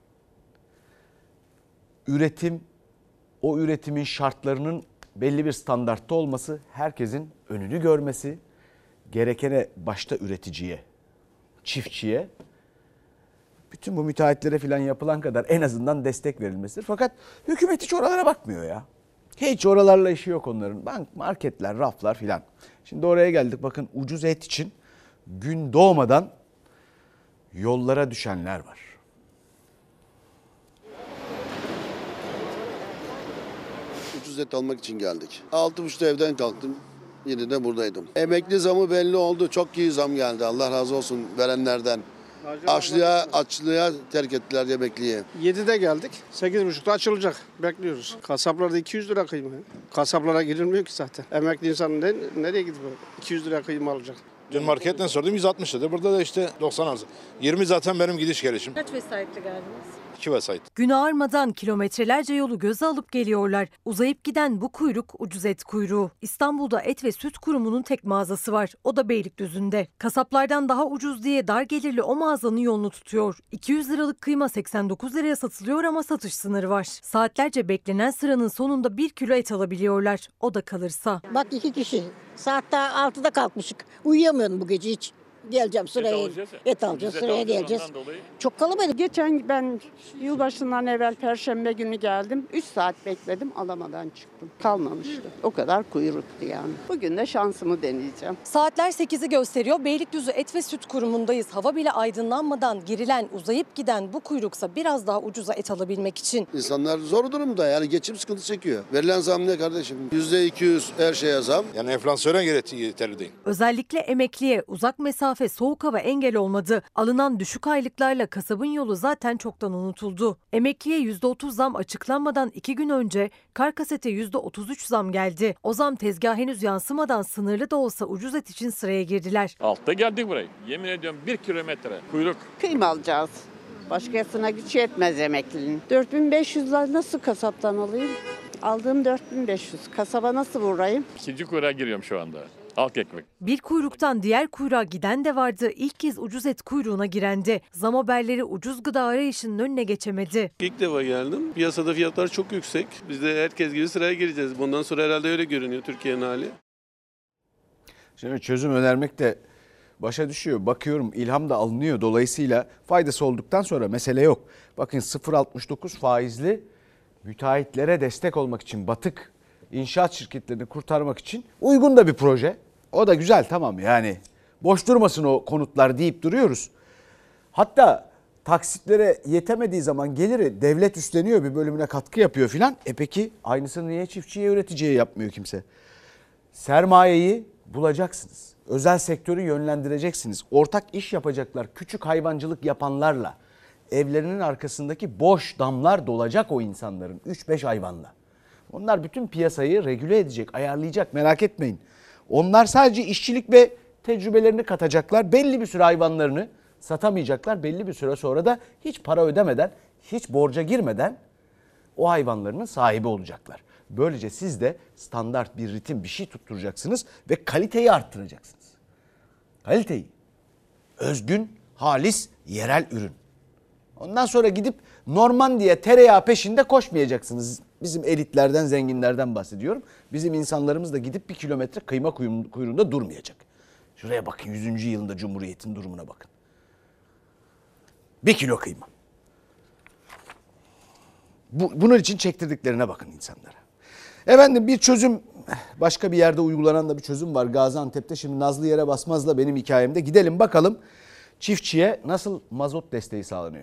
üretim, o üretimin şartlarının belli bir standartta olması, herkesin önünü görmesi, gerekene başta üreticiye, çiftçiye, bütün bu müteahhitlere falan yapılan kadar en azından destek verilmesidir. Fakat hükümet hiç oralara bakmıyor ya. Hiç oralarla işi yok onların. Bank, marketler, raflar filan. Şimdi oraya geldik. Bakın ucuz et için gün doğmadan yollara düşenler var. Ucuz et almak için geldik. 6.30'da evden kalktım. Yine de buradaydım. Emekli zamı belli oldu. Çok iyi zam geldi. Allah razı olsun verenlerden. Açlığa terk ettiler emekliye. 7'de geldik. 8.30'da açılacak. Bekliyoruz. Kasaplarda 200 lira kıyma. Kasaplara girilmiyor ki zaten. Emekli insan nereye gidip 200 lira kıyma alacak? Dün marketten sordum 160 dedi. Burada da işte 90 arası. 20 zaten benim gidiş gelişim. Kaç vesayetle geldiniz? 2 vesayet. Gün ağarmadan kilometrelerce yolu göze alıp geliyorlar. Uzayıp giden bu kuyruk ucuz et kuyruğu. İstanbul'da Et ve Süt Kurumu'nun tek mağazası var. O da Beylikdüzü'nde. Kasaplardan daha ucuz diye dar gelirli o mağazanın yolunu tutuyor. 200 liralık kıyma 89 liraya satılıyor ama satış sınırı var. Saatlerce beklenen sıranın sonunda 1 kilo et alabiliyorlar. O da kalırsa. Bak 2 kişi. Saatte 6'da kalkmışık. Uyuyamıyorum bu gece hiç. Geleceğim sıraya. Et alacağız sıraya geleceğiz. Çok kalabalık. Geçen ben yılbaşından evvel Perşembe günü geldim. 3 saat bekledim alamadan çıktım. Kalmamıştı. O kadar kuyruktu yani. Bugün de şansımı deneyeceğim. Saatler 8'i gösteriyor. Beylikdüzü Et ve Süt Kurumu'ndayız. Hava bile aydınlanmadan girilen, uzayıp giden bu kuyruksa biraz daha ucuza et alabilmek için. İnsanlar zor durumda yani geçim sıkıntı çekiyor. Verilen zam ne kardeşim? %200 her şeye zam. Yani enflasyona yeterli değil. Özellikle emekliye uzak mesafe, soğuk hava engel olmadı. Alınan düşük aylıklarla kasabın yolu zaten çoktan unutuldu. Emekliye %30 zam açıklanmadan 2 gün önce Karkaset'e %33 zam geldi. O zam tezgaha henüz yansımadan sınırlı da olsa ucuz et için sıraya girdiler. Altta geldik buraya. Yemin ediyorum 1 kilometre kuyruk. Kıyma alacağız. Başkasına güç yetmez emeklinin. 4500 lira nasıl kasaptan alayım? Aldığım 4500. Kasaba nasıl vurayım? 2. kuyruğa giriyorum şu anda. Halk ekmek. Bir kuyruktan diğer kuyruğa giden de vardı. İlk kez ucuz et kuyruğuna girendi. Zam haberleri ucuz gıda arayışının önüne geçemedi. İlk defa geldim. Piyasada fiyatlar çok yüksek. Biz de herkes gibi sıraya gireceğiz. Bundan sonra herhalde öyle görünüyor Türkiye'nin hali. Şimdi çözüm önermek de başa düşüyor. Bakıyorum ilham da alınıyor. Dolayısıyla faydası olduktan sonra mesele yok. Bakın 0.69 faizli müteahhitlere destek olmak için batık inşaat şirketlerini kurtarmak için uygun da bir proje. O da güzel, tamam, yani boş durmasın o konutlar deyip duruyoruz. Hatta taksitlere yetemediği zaman geliri devlet üstleniyor, bir bölümüne katkı yapıyor filan. Peki aynısını niye çiftçiye, üreticiye yapmıyor kimse? Sermayeyi bulacaksınız. Özel sektörü yönlendireceksiniz. Ortak iş yapacaklar. Küçük hayvancılık yapanlarla evlerinin arkasındaki boş damlar dolacak o insanların 3-5 hayvanla. Onlar bütün piyasayı regüle edecek, ayarlayacak, merak etmeyin. Onlar sadece işçilik ve tecrübelerini katacaklar. Belli bir süre hayvanlarını satamayacaklar. Belli bir süre sonra da hiç para ödemeden, hiç borca girmeden o hayvanlarının sahibi olacaklar. Böylece siz de standart bir ritim, bir şey tutturacaksınız ve kaliteyi arttıracaksınız. Kaliteyi. Özgün, halis, yerel ürün. Ondan sonra gidip Normandiya tereyağı peşinde koşmayacaksınız. Bizim elitlerden, zenginlerden bahsediyorum. Bizim insanlarımız da gidip 1 kilometre kıyma kuyruğunda durmayacak. Şuraya bakın, 100. yılında Cumhuriyet'in durumuna bakın. 1 kilo kıyma. Bunun için çektirdiklerine bakın insanlara. Efendim bir çözüm, başka bir yerde uygulanan da bir çözüm var Gaziantep'te. Şimdi Nazlı Yere Basmaz'la benim hikayemde. Gidelim bakalım çiftçiye nasıl mazot desteği sağlanıyor.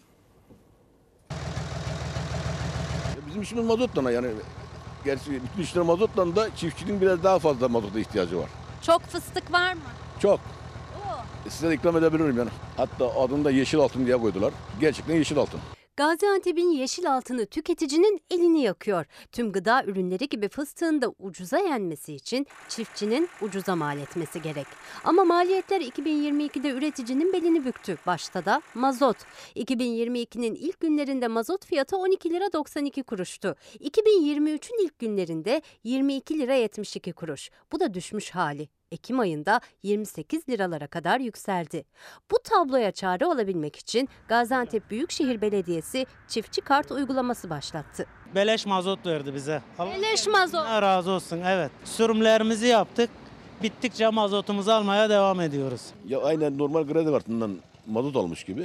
Bizim işimiz mazotla, yani gerçi bütün işler mazotla da çiftçinin biraz daha fazla mazota ihtiyacı var. Çok fıstık var mı? Çok. Size de ikram edebilirim yani. Hatta adını da yeşil altın diye koydular. Gerçekten yeşil altın. Gaziantep'in yeşil altını tüketicinin elini yakıyor. Tüm gıda ürünleri gibi fıstığın da ucuza yenmesi için çiftçinin ucuza mal etmesi gerek. Ama maliyetler 2022'de üreticinin belini büktü. Başta da mazot. 2022'nin ilk günlerinde mazot fiyatı 12 lira 92 kuruştu. 2023'ün ilk günlerinde 22 lira 72 kuruş. Bu da düşmüş hali. Ekim ayında 28 liralara kadar yükseldi. Bu tabloya çare olabilmek için Gaziantep Büyükşehir Belediyesi çiftçi kart uygulaması başlattı. Beleş mazot verdi bize. Beleş mazot. Allah razı olsun, evet. Sürümlerimizi yaptık. Bittikçe mazotumuzu almaya devam ediyoruz. Ya aynen normal kredi kartından mazot almış gibi.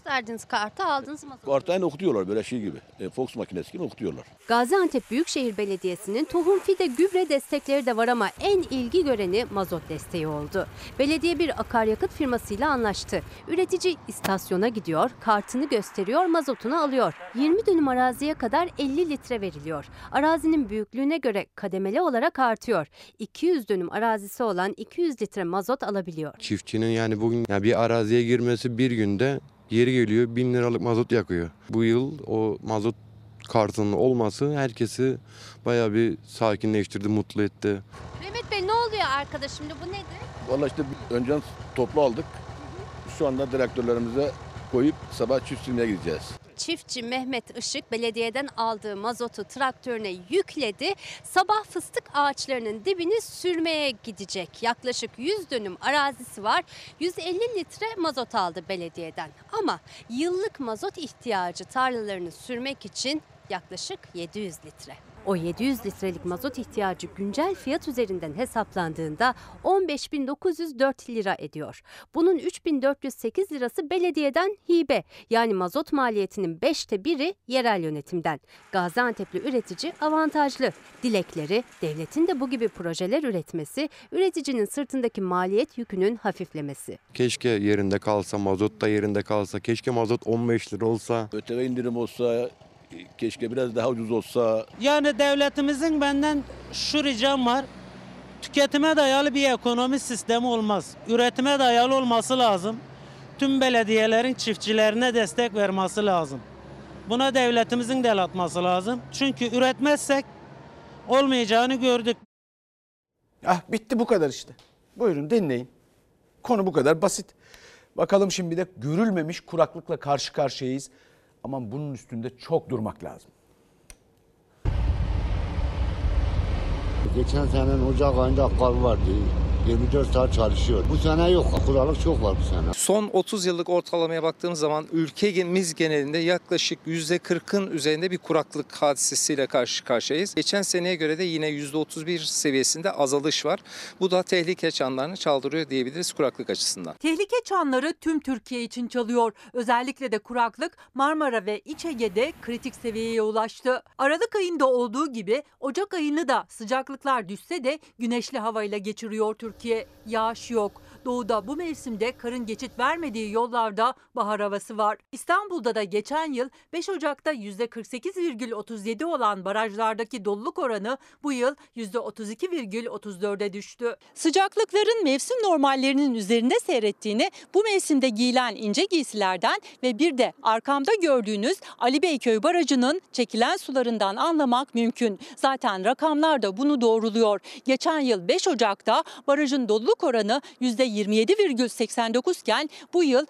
verdiniz kartı, aldınız mı? Kartı okutuyorlar böyle şey gibi. Fox makinesi gibi okutuyorlar. Gaziantep Büyükşehir Belediyesi'nin tohum, fide, gübre destekleri de var ama en ilgi göreni mazot desteği oldu. Belediye bir akaryakıt firmasıyla anlaştı. Üretici istasyona gidiyor, kartını gösteriyor, mazotunu alıyor. 20 dönüm araziye kadar 50 litre veriliyor. Arazinin büyüklüğüne göre kademeli olarak artıyor. 200 dönüm arazisi olan 200 litre mazot alabiliyor. Çiftçinin yani bugün bir araziye girmesi bir günde yeri geliyor 1000 liralık mazot yakıyor. Bu yıl o mazot kartının olması herkesi bayağı bir sakinleştirdi, mutlu etti. Mehmet Bey, ne oluyor arkadaş şimdi, bu nedir? Vallahi işte önceden toplu aldık. Şu anda traktörlerimize koyup sabah çiftçiliğine gideceğiz. Çiftçi Mehmet Işık belediyeden aldığı mazotu traktörüne yükledi. Sabah fıstık ağaçlarının dibini sürmeye gidecek. Yaklaşık 100 dönüm arazisi var. 150 litre mazot aldı belediyeden. Ama yıllık mazot ihtiyacı tarlalarını sürmek için yaklaşık 700 litre. O 700 litrelik mazot ihtiyacı güncel fiyat üzerinden hesaplandığında 15.904 lira ediyor. Bunun 3.408 lirası belediyeden hibe, yani mazot maliyetinin 5'te 1'i yerel yönetimden. Gaziantep'li üretici avantajlı. Dilekleri devletin de bu gibi projeler üretmesi, üreticinin sırtındaki maliyet yükünün hafiflemesi. Keşke yerinde kalsa, mazot da yerinde kalsa, keşke mazot 15 lira olsa. ÖTV indirim olsa, keşke biraz daha ucuz olsa. Yani devletimizin benden şu ricam var. Tüketime dayalı bir ekonomi sistemi olmaz. Üretime dayalı olması lazım. Tüm belediyelerin çiftçilerine destek vermesi lazım. Buna devletimizin de el atması lazım. Çünkü üretmezsek olmayacağını gördük. Bitti bu kadar işte. Buyurun dinleyin. Konu bu kadar basit. Bakalım şimdi de görülmemiş kuraklıkla karşı karşıyayız. Ama bunun üstünde çok durmak lazım. Geçen senenin Ocak ayında kar vardı. 24 saat çalışıyor. Bu sene yok. Kuraklık çok var bu sene. Son 30 yıllık ortalamaya baktığımız zaman ülkemiz genelinde yaklaşık %40'ın üzerinde bir kuraklık hadisesiyle karşı karşıyayız. Geçen seneye göre de yine %31 seviyesinde azalış var. Bu da tehlike çanlarını çaldırıyor diyebiliriz kuraklık açısından. Tehlike çanları tüm Türkiye için çalıyor. Özellikle de kuraklık Marmara ve İç Ege'de kritik seviyeye ulaştı. Aralık ayında olduğu gibi Ocak ayını da sıcaklıklar düşse de güneşli havayla geçiriyor Türkiye. Yağış yok. Doğuda bu mevsimde karın geçit vermediği yollarda bahar havası var. İstanbul'da da geçen yıl 5 Ocak'ta %48,37 olan barajlardaki doluluk oranı bu yıl %32,34'e düştü. Sıcaklıkların mevsim normallerinin üzerinde seyrettiğini bu mevsimde giyilen ince giysilerden ve bir de arkamda gördüğünüz Ali Beyköy Barajı'nın çekilen sularından anlamak mümkün. Zaten rakamlar da bunu doğruluyor. Geçen yıl 5 Ocak'ta barajın doluluk oranı %27,89 iken bu yıl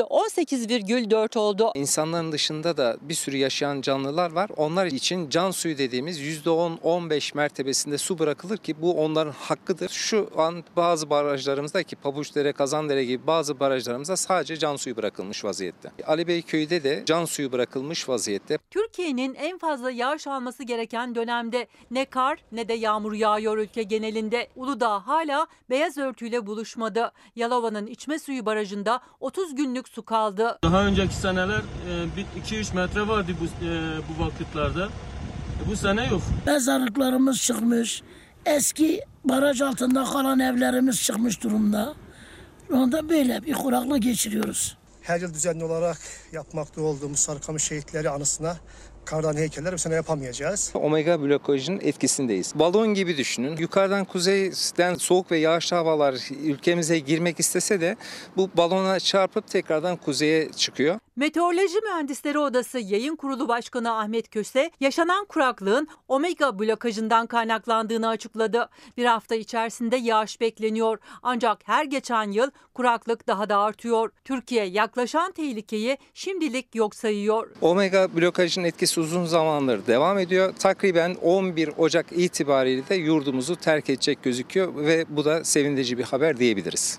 %18,4 oldu. İnsanların dışında da bir sürü yaşayan canlılar var. Onlar için can suyu dediğimiz %10-15 mertebesinde su bırakılır ki bu onların hakkıdır. Şu an bazı barajlarımızdaki Pabuçdere, Kazandere gibi bazı barajlarımızda sadece can suyu bırakılmış vaziyette. Ali Beyköy'de de can suyu bırakılmış vaziyette. Türkiye'nin en fazla yağış alması gereken dönemde ne kar ne de yağmur yağıyor ülke genelinde. Uludağ hala beyaz örtüyle buluşmadı. Yalova'nın içme suyu barajında 30 günlük su kaldı. Daha önceki seneler 2-3 metre vardı bu vakitlerde. Bu sene yok. Mezarlıklarımız çıkmış. Eski baraj altında kalan evlerimiz çıkmış durumda. Şu anda böyle bir kuraklık geçiriyoruz. Her yıl düzenli olarak yapmakta olduğumuz Sarıkamış şehitleri anısına kardan heykeller bu sene yapamayacağız. Omega blokajının etkisindeyiz. Balon gibi düşünün. Yukarıdan kuzeyden soğuk ve yağışlı havalar ülkemize girmek istese de bu balona çarpıp tekrardan kuzeye çıkıyor. Meteoroloji Mühendisleri Odası Yayın Kurulu Başkanı Ahmet Köse, yaşanan kuraklığın omega blokajından kaynaklandığını açıkladı. Bir hafta içerisinde yağış bekleniyor. Ancak her geçen yıl kuraklık daha da artıyor. Türkiye yaklaşan tehlikeyi şimdilik yok sayıyor. Omega blokajının etkisi uzun zamandır devam ediyor. Takriben 11 Ocak itibariyle de yurdumuzu terk edecek gözüküyor ve bu da sevindirici bir haber diyebiliriz.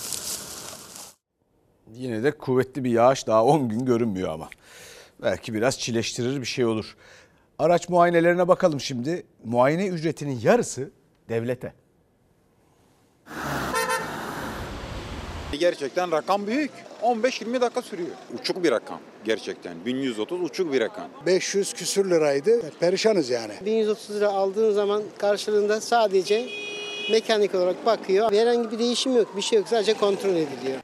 Yine de kuvvetli bir yağış daha 10 gün görünmüyor ama. Belki biraz çileştirir bir şey olur. Araç muayenelerine bakalım şimdi. Muayene ücretinin yarısı devlete. Gerçekten rakam büyük. 15-20 dakika sürüyor. Uçuk bir rakam gerçekten. 1130 uçuk bir rakam. 500 küsür liraydı. Perişanız yani. 1130 lira aldığın zaman karşılığında sadece mekanik olarak bakıyor. Herhangi bir değişim yok, bir şey yok. Sadece kontrol ediliyor.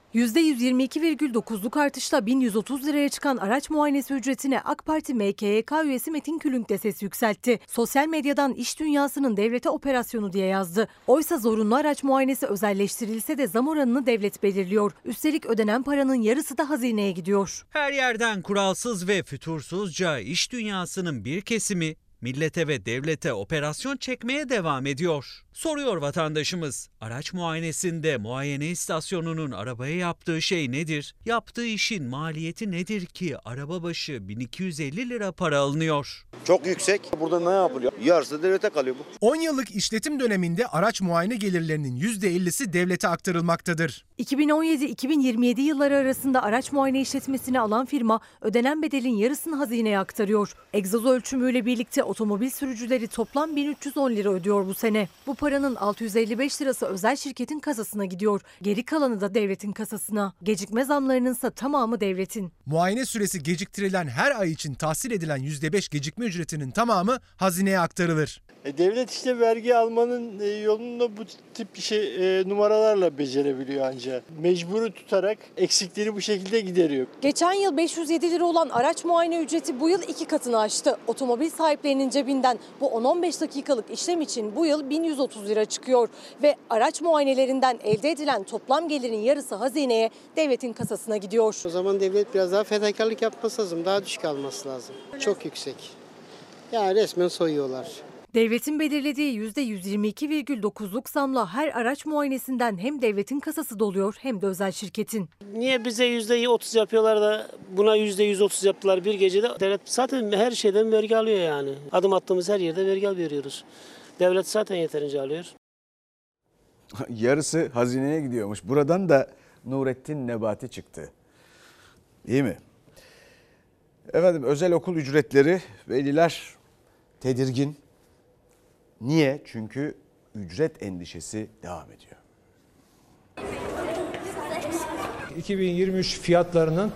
%122,9'luk artışla 1130 liraya çıkan araç muayenesi ücretine AK Parti MKYK üyesi Metin Külünk de ses yükseltti. Sosyal medyadan iş dünyasının devlete operasyonu diye yazdı. Oysa zorunlu araç muayenesi özelleştirilse de zam oranını devlet belirliyor. Üstelik ödenen paranın yarısı da hazineye gidiyor. Her yerden kuralsız ve fütursuzca iş dünyasının bir kesimi millete ve devlete operasyon çekmeye devam ediyor. Soruyor vatandaşımız, araç muayenesinde muayene istasyonunun arabaya yaptığı şey nedir? Yaptığı işin maliyeti nedir ki araba başı 1250 lira para alınıyor? Çok yüksek. Burada ne yapılıyor? Yarısı devlete kalıyor bu. 10 yıllık işletim döneminde araç muayene gelirlerinin %50'si devlete aktarılmaktadır. 2017-2027 yılları arasında araç muayene işletmesini alan firma ödenen bedelin yarısını hazineye aktarıyor. Egzoz ölçümüyle birlikte otomobil sürücüleri toplam 1310 lira ödüyor bu sene. Bu paranın 655 lirası özel şirketin kasasına gidiyor. Geri kalanı da devletin kasasına. Gecikme zamlarının ise tamamı devletin. Muayene süresi geciktirilen her ay için tahsil edilen %5 gecikme ücretinin tamamı hazineye aktarılır. Devlet işte vergi almanın yolunu bu tip numaralarla becerebiliyor ancak. Mecburi tutarak eksikleri bu şekilde gideriyor. Geçen yıl 507 lira olan araç muayene ücreti bu yıl 2 katını aştı. Otomobil sahiplerinin cebinden bu 10-15 dakikalık işlem için bu yıl 1130 lira çıkıyor. Ve araç muayenelerinden elde edilen toplam gelirin yarısı hazineye, devletin kasasına gidiyor. O zaman devlet biraz daha fedakarlık yapması lazım, daha düşük alması lazım. Çok yüksek. Yani resmen soyuyorlar. Devletin belirlediği %122,9'luk zamla her araç muayenesinden hem devletin kasası doluyor hem de özel şirketin. Niye bize %30 yapıyorlar da buna %130 yaptılar bir gecede? Devlet zaten her şeyden vergi alıyor yani. Adım attığımız her yerde vergi veriyoruz. Devlet zaten yeterince alıyor. Yarısı hazineye gidiyormuş. Buradan da Nurettin Nebati çıktı. İyi mi? Efendim, özel okul ücretleri, veliler tedirgin. Niye? Çünkü ücret endişesi devam ediyor. 2023 fiyatlarının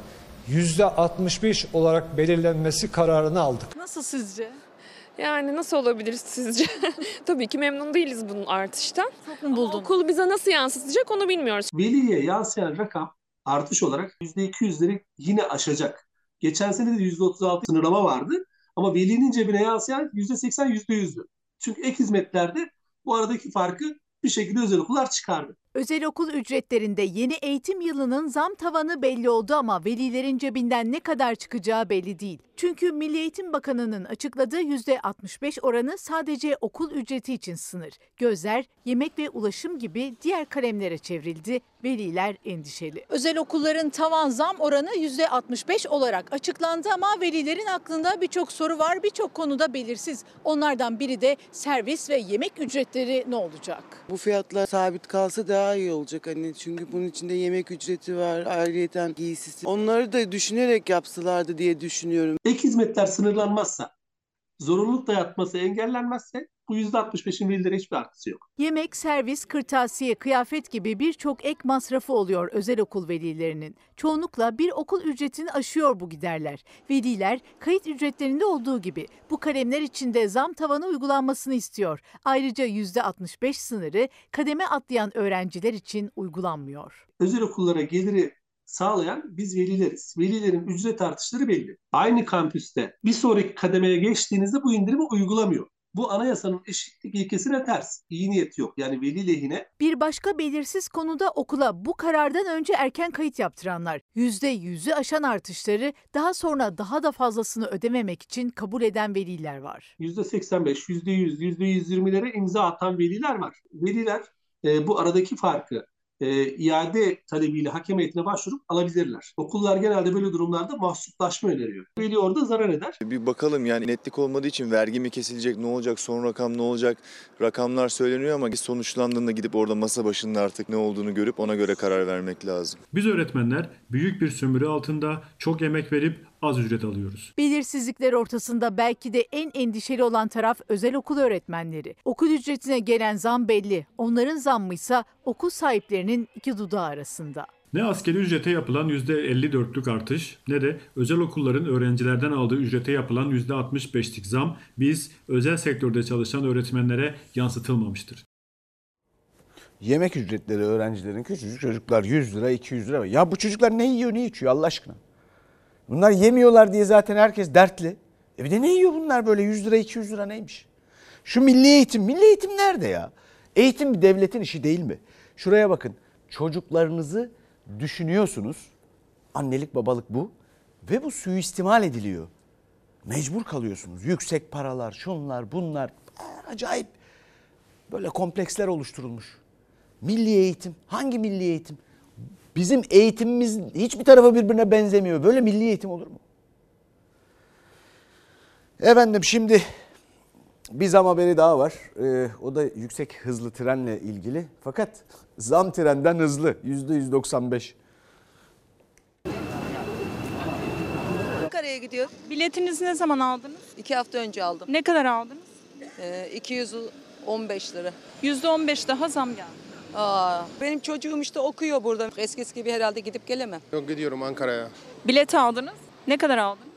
%65 olarak belirlenmesi kararını aldık. Nasıl sizce? Yani nasıl olabilir sizce? Tabii ki memnun değiliz bunun artıştan. Çok mu buldun? Okul bize nasıl yansıtacak onu bilmiyoruz. Veliye yansıyan rakam artış olarak %200'leri yine aşacak. Geçen sene de %36 sınırlama vardı ama velinin cebine yansıyan %80, %100'dü. Çünkü ek hizmetlerde bu aradaki farkı bir şekilde özel okullar çıkardı. Özel okul ücretlerinde yeni eğitim yılının zam tavanı belli oldu ama velilerin cebinden ne kadar çıkacağı belli değil. Çünkü Milli Eğitim Bakanı'nın açıkladığı %65 oranı sadece okul ücreti için sınır. Gözler yemek ve ulaşım gibi diğer kalemlere çevrildi. Veliler endişeli. Özel okulların tavan zam oranı %65 olarak açıklandı ama velilerin aklında birçok soru var, birçok konuda belirsiz. Onlardan biri de servis ve yemek ücretleri ne olacak? Bu fiyatlar sabit kalsa daha iyi olacak çünkü bunun içinde yemek ücreti var, ayrıyeten giysisi. Onları da düşünerek yapsalardı diye düşünüyorum. Ek hizmetler sınırlanmazsa, zorunluluk dayatması engellenmezse bu %65'in velilere hiçbir artısı yok. Yemek, servis, kırtasiye, kıyafet gibi birçok ek masrafı oluyor özel okul velilerinin. Çoğunlukla bir okul ücretini aşıyor bu giderler. Veliler kayıt ücretlerinde olduğu gibi bu kalemler içinde zam tavanı uygulanmasını istiyor. Ayrıca %65 sınırı kademe atlayan öğrenciler için uygulanmıyor. Özel okullara geliri sağlayan biz velileriz. Velilerin ücret artışları belli. Aynı kampüste bir sonraki kademeye geçtiğinizde bu indirimi uygulamıyor. Bu anayasanın eşitlik ilkesine ters. İyi niyet yok. Yani veli lehine. Bir başka belirsiz konuda okula bu karardan önce erken kayıt yaptıranlar. %100'ü aşan artışları daha sonra daha da fazlasını ödememek için kabul eden veliler var. %85, %100, %120'lere imza atan veliler var. Veliler bu aradaki farkı iade talebiyle hakem heyetine başvurup alabilirler. Okullar genelde böyle durumlarda mahsuplaşma öneriyor. Veli orada zarar eder. Bir bakalım, yani netlik olmadığı için vergi mi kesilecek, ne olacak, son rakam ne olacak? Rakamlar söyleniyor ama sonuçlandığında gidip orada masa başında artık ne olduğunu görüp ona göre karar vermek lazım. Biz öğretmenler büyük bir sömürü altında çok emek verip az ücret alıyoruz. Belirsizlikler ortasında belki de en endişeli olan taraf özel okul öğretmenleri. Okul ücretine gelen zam belli. Onların zammıysa okul sahiplerinin iki dudağı arasında. Ne asgari ücrete yapılan %54'lük artış ne de özel okulların öğrencilerden aldığı ücrete yapılan %65'lik zam biz özel sektörde çalışan öğretmenlere yansıtılmamıştır. Yemek ücretleri öğrencilerin, küçücük çocuklar 100 lira 200 lira. Ya bu çocuklar ne yiyor ne içiyor Allah aşkına? Bunlar yemiyorlar diye zaten herkes dertli. Bir de ne yiyor bunlar böyle 100 lira 200 lira neymiş? Şu milli eğitim nerede ya? Eğitim bir devletin işi değil mi? Şuraya bakın, çocuklarınızı düşünüyorsunuz. Annelik babalık bu ve bu suistimal ediliyor. Mecbur kalıyorsunuz. Yüksek paralar, şunlar bunlar, acayip böyle kompleksler oluşturulmuş. Milli eğitim, hangi milli eğitim? Bizim eğitimimiz hiçbir tarafa birbirine benzemiyor. Böyle milli eğitim olur mu? Efendim şimdi bir zam haberi daha var. O da yüksek hızlı trenle ilgili. Fakat zam trenden hızlı. %195. Ankara'ya gidiyor. Biletinizi ne zaman aldınız? 2 hafta önce aldım. Ne kadar aldınız? 215 lira. %15 daha zam geldi. Benim çocuğum işte okuyor burada. Eskisi gibi herhalde gidip gelemem. Yok, gidiyorum Ankara'ya. Bilet aldınız. Ne kadar aldınız?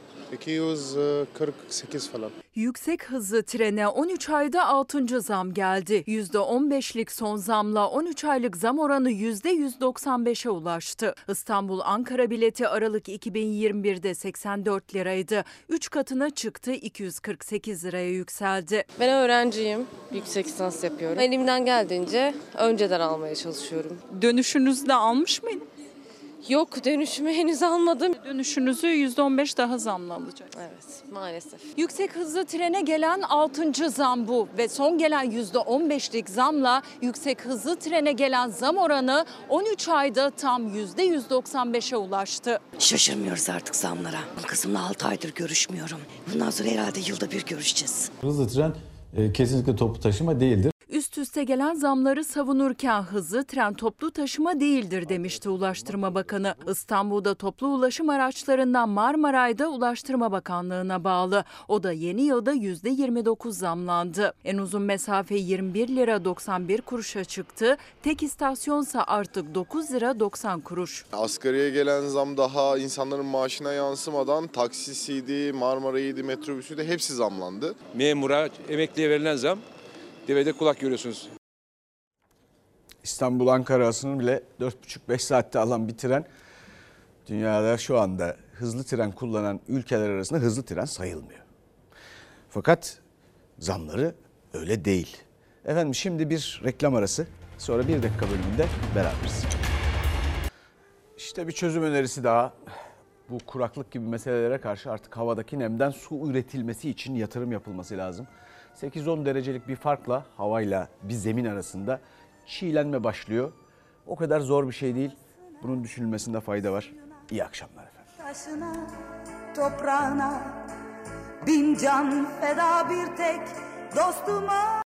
248 falan. Yüksek hızlı trene 13 ayda 6. zam geldi. %15'lik son zamla 13 aylık zam oranı %195'e ulaştı. İstanbul-Ankara bileti Aralık 2021'de 84 liraydı. 3 katına çıktı, 248 liraya yükseldi. Ben öğrenciyim. Yüksek lisans yapıyorum. Elimden geldiğince önceden almaya çalışıyorum. Dönüşünüzü de almış mıydınız? Yok, dönüşümü henüz almadım. Dönüşünüzü %15 daha zamla alacaksınız. Evet, maalesef. Yüksek hızlı trene gelen 6. zam bu ve son gelen %15'lik zamla yüksek hızlı trene gelen zam oranı 13 ayda tam %195'e ulaştı. Şaşırmıyoruz artık zamlara. Kızımla 6 aydır görüşmüyorum. Bundan sonra herhalde yılda bir görüşeceğiz. Hızlı tren kesinlikle toplu taşıma değildir. Üst üste gelen zamları savunurken hızlı tren toplu taşıma değildir demişti Ulaştırma Bakanı. İstanbul'da toplu ulaşım araçlarından Marmaray'da Ulaştırma Bakanlığı'na bağlı. O da yeni yılda %29 zamlandı. En uzun mesafe 21 lira 91 kuruşa çıktı. Tek istasyonsa artık 9 lira 90 kuruş. Asgariye gelen zam daha insanların maaşına yansımadan taksisiydi, Marmaray'ydı, metrobüsüydü hepsi zamlandı. Memura, emekliye verilen zam devede kulak görüyorsunuz. İstanbul-Ankara arasını bile 4,5-5 saatte alan bir tren dünyada şu anda hızlı tren kullanan ülkeler arasında hızlı tren sayılmıyor. Fakat zamları öyle değil. Efendim şimdi bir reklam arası, sonra 1 dakika bölümünde beraberiz. İşte bir çözüm önerisi daha. Bu kuraklık gibi meselelere karşı artık havadaki nemden su üretilmesi için yatırım yapılması lazım. 8-10 derecelik bir farkla havayla bir zemin arasında çiğlenme başlıyor. O kadar zor bir şey değil. Bunun düşünülmesinde fayda var. İyi akşamlar efendim. Taşına, toprağına, bin can feda bir tek dostuma.